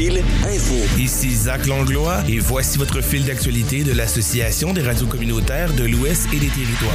Fil Info. Ici Zach Langlois et voici votre fil d'actualité de l'Association des radios communautaires de l'Ouest et des Territoires.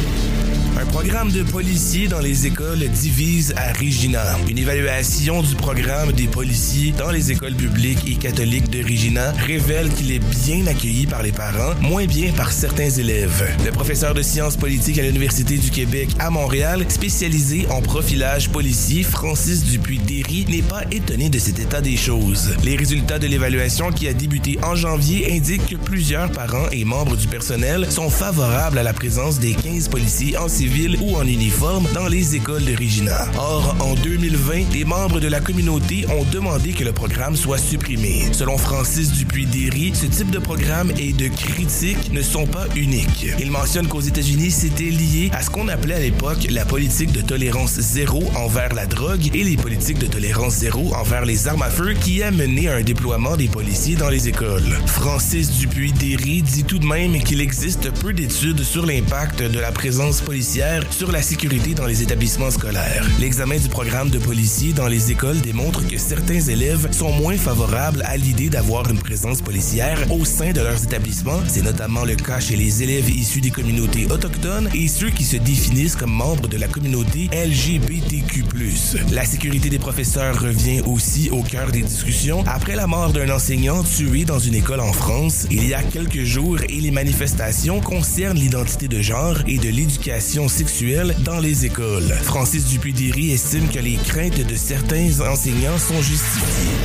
Un programme de policiers dans les écoles divise à Regina. Une évaluation du programme des policiers dans les écoles publiques et catholiques de Regina révèle qu'il est bien accueilli par les parents, moins bien par certains élèves. Le professeur de sciences politiques à l'Université du Québec à Montréal, spécialisé en profilage policier, Francis Dupuis-Derry, n'est pas étonné de cet état des choses. Les résultats de l'évaluation qui a débuté en janvier indiquent que plusieurs parents et membres du personnel sont favorables à la présence des 15 policiers en civil ou en uniforme dans les écoles de Regina. Or, en 2020, les membres de la communauté ont demandé que le programme soit supprimé. Selon Francis Dupuis-Derry, ce type de programme et de critiques ne sont pas uniques. Il mentionne qu'aux États-Unis, c'était lié à ce qu'on appelait à l'époque la politique de tolérance zéro envers la drogue et les politiques de tolérance zéro envers les armes à feu qui a mené à un déploiement des policiers dans les écoles. Francis Dupuis-Derry dit tout de même qu'il existe peu d'études sur l'impact de la présence policière sur la sécurité dans les établissements scolaires. L'examen du programme de policiers dans les écoles démontre que certains élèves sont moins favorables à l'idée d'avoir une présence policière au sein de leurs établissements. C'est notamment le cas chez les élèves issus des communautés autochtones et ceux qui se définissent comme membres de la communauté LGBTQ+. La sécurité des professeurs revient aussi au cœur des discussions après la mort d'un enseignant tué dans une école en France il y a quelques jours et les manifestations concernent l'identité de genre et de l'éducation sexuelle dans les écoles. Francis Dupuis-Derry estime que les craintes de certains enseignants sont justifiées.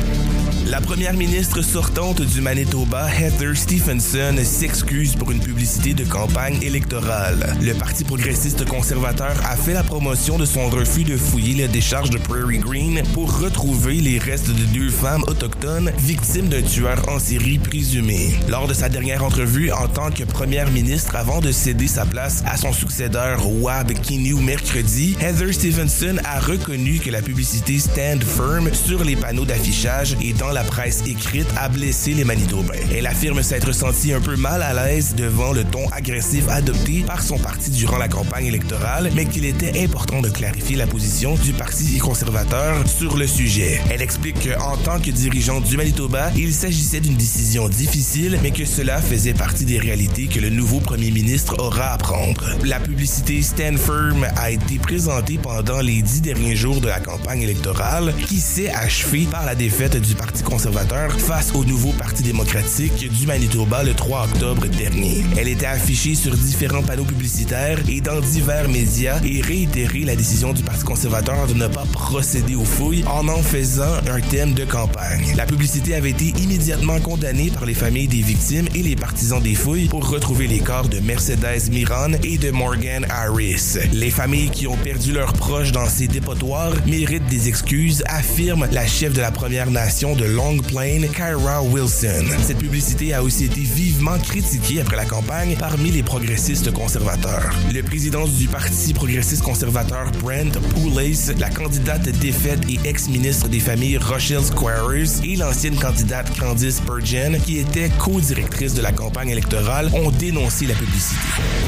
La première ministre sortante du Manitoba, Heather Stefanson, s'excuse pour une publicité de campagne électorale. Le Parti progressiste conservateur a fait la promotion de son refus de fouiller la décharge de Prairie Green pour retrouver les restes de 2 femmes autochtones victimes d'un tueur en série présumé. Lors de sa dernière entrevue en tant que première ministre avant de céder sa place à son successeur Wab Kinew mercredi, Heather Stefanson a reconnu que la publicité Stand Firm sur les panneaux d'affichage et dans la presse écrite a blessé les Manitobains. Elle affirme s'être sentie un peu mal à l'aise devant le ton agressif adopté par son parti durant la campagne électorale, mais qu'il était important de clarifier la position du Parti conservateur sur le sujet. Elle explique qu'en tant que dirigeante du Manitoba, il s'agissait d'une décision difficile, mais que cela faisait partie des réalités que le nouveau premier ministre aura à prendre. La publicité Stand Firm a été présentée pendant les 10 derniers jours de la campagne électorale, qui s'est achevée par la défaite du Parti conservateur face au nouveau Parti démocratique du Manitoba le 3 octobre dernier. Elle était affichée sur différents panneaux publicitaires et dans divers médias et réitérait la décision du Parti conservateur de ne pas procéder aux fouilles en faisant un thème de campagne. La publicité avait été immédiatement condamnée par les familles des victimes et les partisans des fouilles pour retrouver les corps de Mercedes Miron et de Morgan Harris. Les familles qui ont perdu leurs proches dans ces dépotoirs méritent des excuses, affirme la chef de la Première Nation de Long Plain, Kyra Wilson. Cette publicité a aussi été vivement critiquée après la campagne parmi les progressistes conservateurs. Le président du Parti progressiste conservateur, Brent Poulis, la candidate défaite et ex-ministre des familles Rochelle Squires et l'ancienne candidate Candice Bergen, qui était co-directrice de la campagne électorale, ont dénoncé la publicité.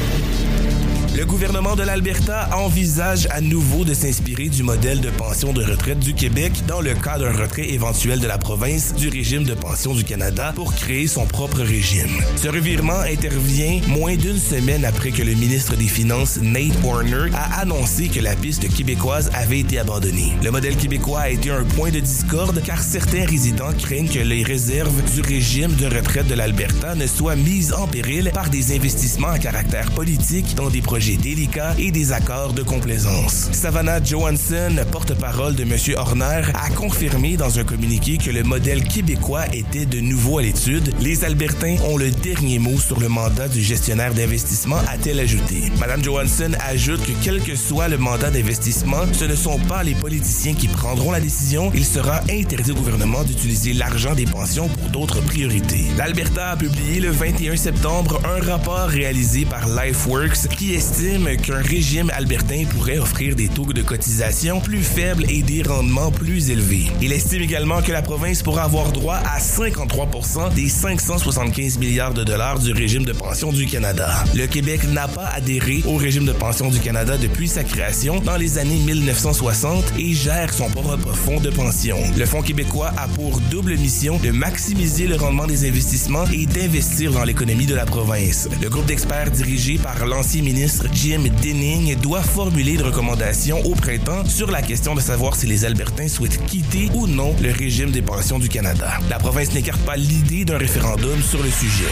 Le gouvernement de l'Alberta envisage à nouveau de s'inspirer du modèle de pension de retraite du Québec dans le cas d'un retrait éventuel de la province du régime de pension du Canada pour créer son propre régime. Ce revirement intervient moins d'une semaine après que le ministre des Finances, Nate Horner, a annoncé que la piste québécoise avait été abandonnée. Le modèle québécois a été un point de discorde car certains résidents craignent que les réserves du régime de retraite de l'Alberta ne soient mises en péril par des investissements à caractère politique dans des projets délicats et des accords de complaisance. Savannah Johansson, porte-parole de M. Horner, a confirmé dans un communiqué que le modèle québécois était de nouveau à l'étude. Les Albertains ont le dernier mot sur le mandat du gestionnaire d'investissement, a-t-elle ajouté. Mme Johansson ajoute que quel que soit le mandat d'investissement, ce ne sont pas les politiciens qui prendront la décision. Il sera interdit au gouvernement d'utiliser l'argent des pensions pour d'autres priorités. L'Alberta a publié le 21 septembre un rapport réalisé par LifeWorks qui estime estime qu'un régime albertain pourrait offrir des taux de cotisation plus faibles et des rendements plus élevés. Il estime également que la province pourra avoir droit à 53% des 575 milliards de dollars du régime de pension du Canada. Le Québec n'a pas adhéré au régime de pension du Canada depuis sa création dans les années 1960 et gère son propre fonds de pension. Le Fonds québécois a pour double mission de maximiser le rendement des investissements et d'investir dans l'économie de la province. Le groupe d'experts dirigé par l'ancien ministre Jim Denning doit formuler une recommandation au printemps sur la question de savoir si les Albertains souhaitent quitter ou non le régime des pensions du Canada. La province n'écarte pas l'idée d'un référendum sur le sujet.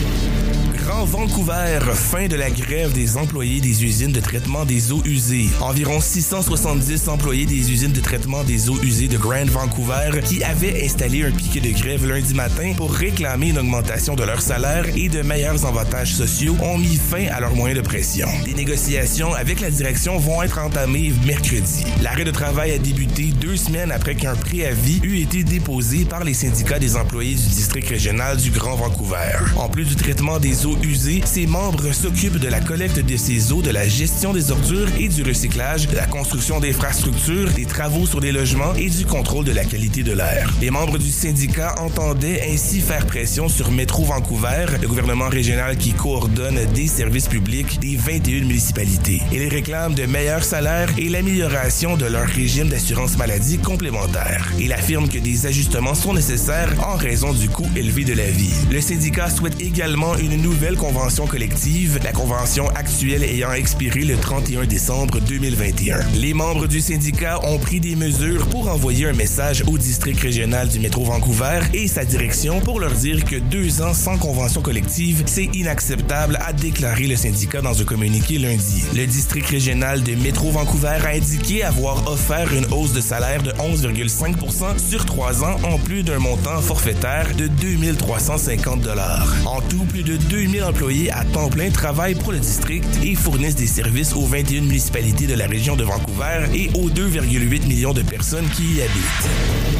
Grand Vancouver, fin de la grève des employés des usines de traitement des eaux usées. Environ 670 employés des usines de traitement des eaux usées de Grand Vancouver qui avaient installé un piquet de grève lundi matin pour réclamer une augmentation de leur salaire et de meilleurs avantages sociaux ont mis fin à leurs moyens de pression. Des négociations avec la direction vont être entamées mercredi. L'arrêt de travail a débuté 2 semaines après qu'un préavis eut été déposé par les syndicats des employés du district régional du Grand Vancouver. En plus du traitement des eaux usées, ses membres s'occupent de la collecte de ces eaux, de la gestion des ordures et du recyclage, de la construction d'infrastructures, des travaux sur des logements et du contrôle de la qualité de l'air. Les membres du syndicat entendaient ainsi faire pression sur Métro Vancouver, le gouvernement régional qui coordonne des services publics des 21 municipalités. Ils réclament de meilleurs salaires et l'amélioration de leur régime d'assurance maladie complémentaire. Ils affirment que des ajustements sont nécessaires en raison du coût élevé de la vie. Le syndicat souhaite également une nouvelle convention collective, la convention actuelle ayant expiré le 31 décembre 2021. Les membres du syndicat ont pris des mesures pour envoyer un message au district régional du Métro Vancouver et sa direction pour leur dire que 2 ans sans convention collective, c'est inacceptable, a déclaré le syndicat dans un communiqué lundi. Le district régional de Métro Vancouver a indiqué avoir offert une hausse de salaire de 11,5% sur 3 ans en plus d'un montant forfaitaire de 2 350 $. En tout, plus de 2000 employés à temps plein travaillent pour le district et fournissent des services aux 21 municipalités de la région de Vancouver et aux 2,8 millions de personnes qui y habitent.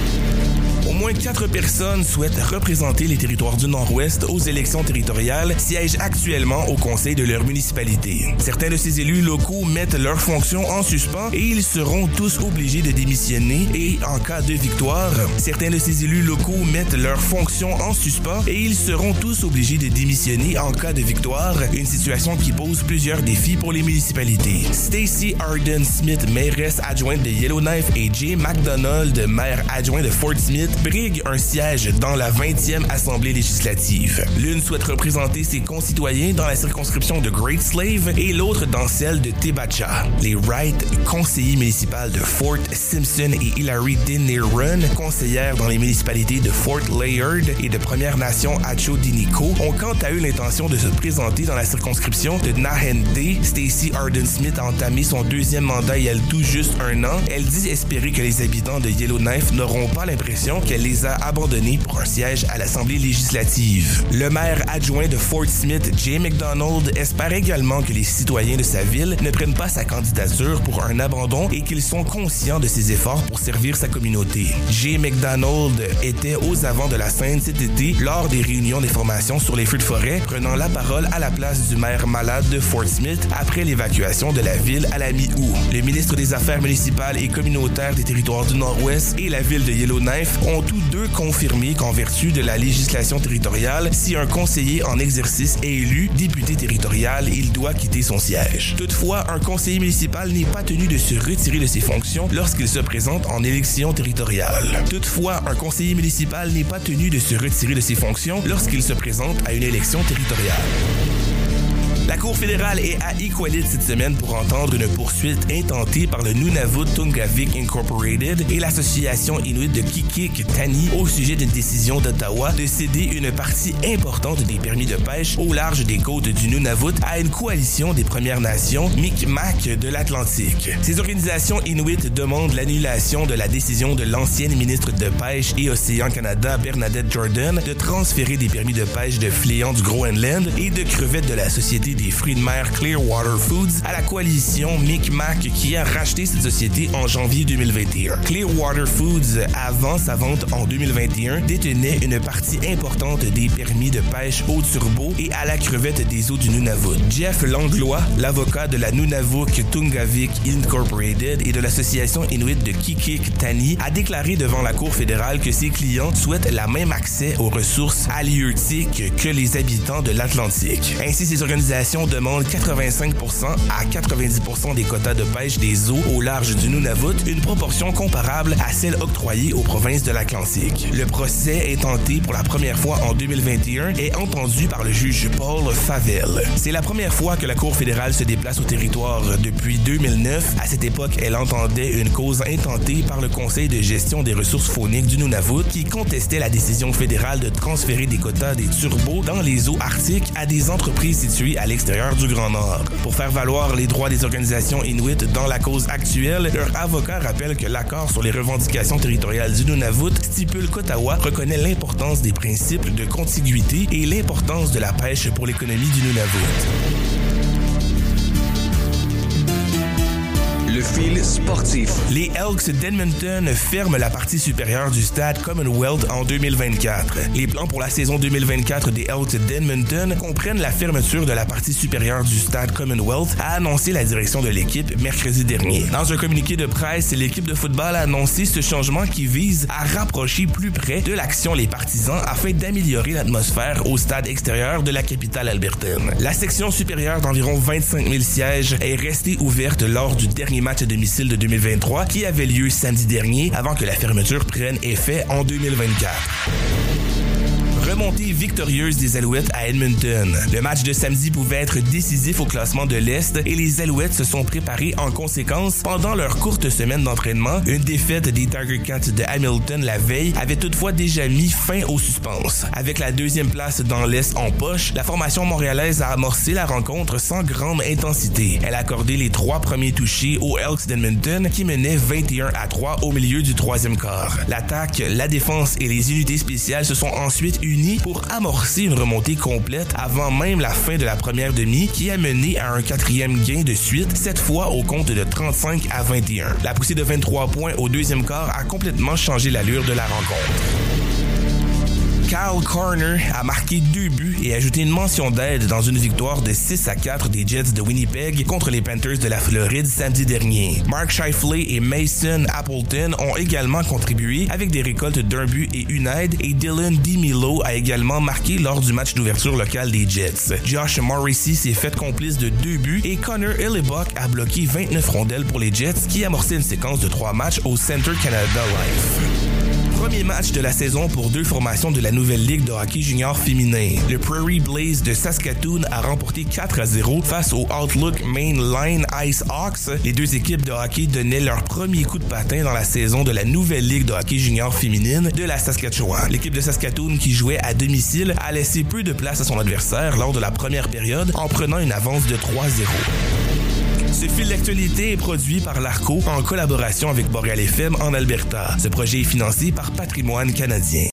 Au moins 4 personnes souhaitent représenter les territoires du Nord-Ouest aux élections territoriales, siègent actuellement au conseil de leur municipalité. Certains de ces élus locaux mettent leurs fonctions en suspens et ils seront tous obligés de démissionner et en cas de victoire, certains de ces élus locaux mettent leurs fonctions en suspens et ils seront tous obligés de démissionner en cas de victoire, une situation qui pose plusieurs défis pour les municipalités. Stacey Arden Smith, mairesse adjointe de Yellowknife, et Jay McDonald, maire adjoint de Fort Smith, briguent un siège dans la 20e Assemblée législative. L'une souhaite représenter ses concitoyens dans la circonscription de Great Slave et l'autre dans celle de Tebacha. Les Wright, conseillers municipaux de Fort Simpson, et Hilary Dinner-Run, conseillères dans les municipalités de Fort Layard et de Première Nation Acho-Dinico, ont quant à eux l'intention de se présenter dans la circonscription de Nahendeh. Stacey Arden Smith a entamé son 2e mandat il y a tout juste 1 an. Elle dit espérer que les habitants de Yellowknife n'auront pas l'impression qu'elle les a abandonnés pour un siège à l'Assemblée législative. Le maire adjoint de Fort Smith, Jay McDonald, espère également que les citoyens de sa ville ne prennent pas sa candidature pour un abandon et qu'ils sont conscients de ses efforts pour servir sa communauté. Jay McDonald était aux avants de la scène cet été lors des réunions d'information sur les feux de forêt, prenant la parole à la place du maire malade de Fort Smith après l'évacuation de la ville à la mi-août. Le ministre des Affaires municipales et communautaires des territoires du Nord-Ouest et la ville de Yellowknife ont tous deux confirmé qu'en vertu de la législation territoriale, si un conseiller en exercice est élu député territorial, il doit quitter son siège. Toutefois, un conseiller municipal n'est pas tenu de se retirer de ses fonctions lorsqu'il se présente en élection territoriale. Toutefois, un conseiller municipal n'est pas tenu de se retirer de ses fonctions lorsqu'il se présente à une élection territoriale. La Cour fédérale est à Iqaluit cette semaine pour entendre une poursuite intentée par le Nunavut Tungavik Incorporated et l'association inuit de Qikiqtani au sujet d'une décision d'Ottawa de céder une partie importante des permis de pêche au large des côtes du Nunavut à une coalition des Premières Nations Mi'kmaq de l'Atlantique. Ces organisations inuites demandent l'annulation de la décision de l'ancienne ministre de Pêche et Océan Canada Bernadette Jordan de transférer des permis de pêche de fléans du Groenland et de crevettes de la Société des des fruits de mer Clearwater Foods à la coalition Micmac qui a racheté cette société en janvier 2021. Clearwater Foods, avant sa vente en 2021, détenait une partie importante des permis de pêche au turbo et à la crevette des eaux du Nunavut. Jeff Langlois, l'avocat de la Nunavut Tungavik Incorporated et de l'association inuit de Qikiqtani, a déclaré devant la Cour fédérale que ses clients souhaitent la même accès aux ressources halieutiques que les habitants de l'Atlantique. Ainsi, ces organisations demandent 85% à 90% des quotas de pêche des eaux au large du Nunavut, une proportion comparable à celle octroyée aux provinces de l'Atlantique. Le procès est tenté pour la première fois en 2021 et entendu par le juge Paul Favell. C'est la première fois que la Cour fédérale se déplace au territoire depuis 2009. À cette époque, elle entendait une cause intentée par le Conseil de gestion des ressources fauniques du Nunavut qui contestait la décision fédérale de transférer des quotas des turbos dans les eaux arctiques à des entreprises situées à l'extérieur du Grand Nord. Pour faire valoir les droits des organisations inuites dans la cause actuelle, leur avocat rappelle que l'accord sur les revendications territoriales du Nunavut stipule qu'Ottawa reconnaît l'importance des principes de contiguïté et l'importance de la pêche pour l'économie du Nunavut. Le fil sportif. Les Elks d'Edmonton ferment la partie supérieure du stade Commonwealth en 2024. Les plans pour la saison 2024 des Elks d'Edmonton comprennent la fermeture de la partie supérieure du stade Commonwealth, a annoncé la direction de l'équipe mercredi dernier. Dans un communiqué de presse, l'équipe de football a annoncé ce changement qui vise à rapprocher plus près de l'action les partisans afin d'améliorer l'atmosphère au stade extérieur de la capitale albertaine. La section supérieure d'environ 25 000 sièges est restée ouverte lors du dernier match à domicile de 2023 qui avait lieu samedi dernier avant que la fermeture prenne effet en 2024. Remontée victorieuse des Alouettes à Edmonton. Le match de samedi pouvait être décisif au classement de l'Est et les Alouettes se sont préparés en conséquence pendant leur courte semaine d'entraînement. Une défaite des Tiger Cats de Hamilton la veille avait toutefois déjà mis fin au suspense. Avec la deuxième place dans l'Est en poche, la formation montréalaise a amorcé la rencontre sans grande intensité. Elle a accordé les 3 premiers touchés aux Elks d'Edmonton qui menaient 21-3 au milieu du troisième quart. L'attaque, la défense et les unités spéciales se sont ensuite unis pour amorcer une remontée complète avant même la fin de la première demi qui a mené à un 4e gain de suite, cette fois au compte de 35-21. La poussée de 23 points au deuxième quart a complètement changé l'allure de la rencontre. Kyle Connor a marqué 2 buts et ajouté une mention d'aide dans une victoire de 6-4 des Jets de Winnipeg contre les Panthers de la Floride samedi dernier. Mark Scheifele et Mason Appleton ont également contribué avec des récoltes d'1 but et une aide et Dylan DeMilo a également marqué lors du match d'ouverture local des Jets. Josh Morrissey s'est fait complice de 2 buts et Connor Hellebuyck a bloqué 29 rondelles pour les Jets qui amorçaient une séquence de 3 matchs au Centre Canada Life. Premier match de la saison pour 2 formations de la nouvelle ligue de hockey junior féminin. Le Prairie Blaze de Saskatoon a remporté 4-0 face au Outlook Mainline Ice Hawks. Les 2 équipes de hockey donnaient leur premier coup de patin dans la saison de la nouvelle ligue de hockey junior féminine de la Saskatchewan. L'équipe de Saskatoon qui jouait à domicile a laissé peu de place à son adversaire lors de la première période en prenant une avance de 3-0. Ce fil d'actualité est produit par l'ARCO en collaboration avec Boréal FM en Alberta. Ce projet est financé par Patrimoine canadien.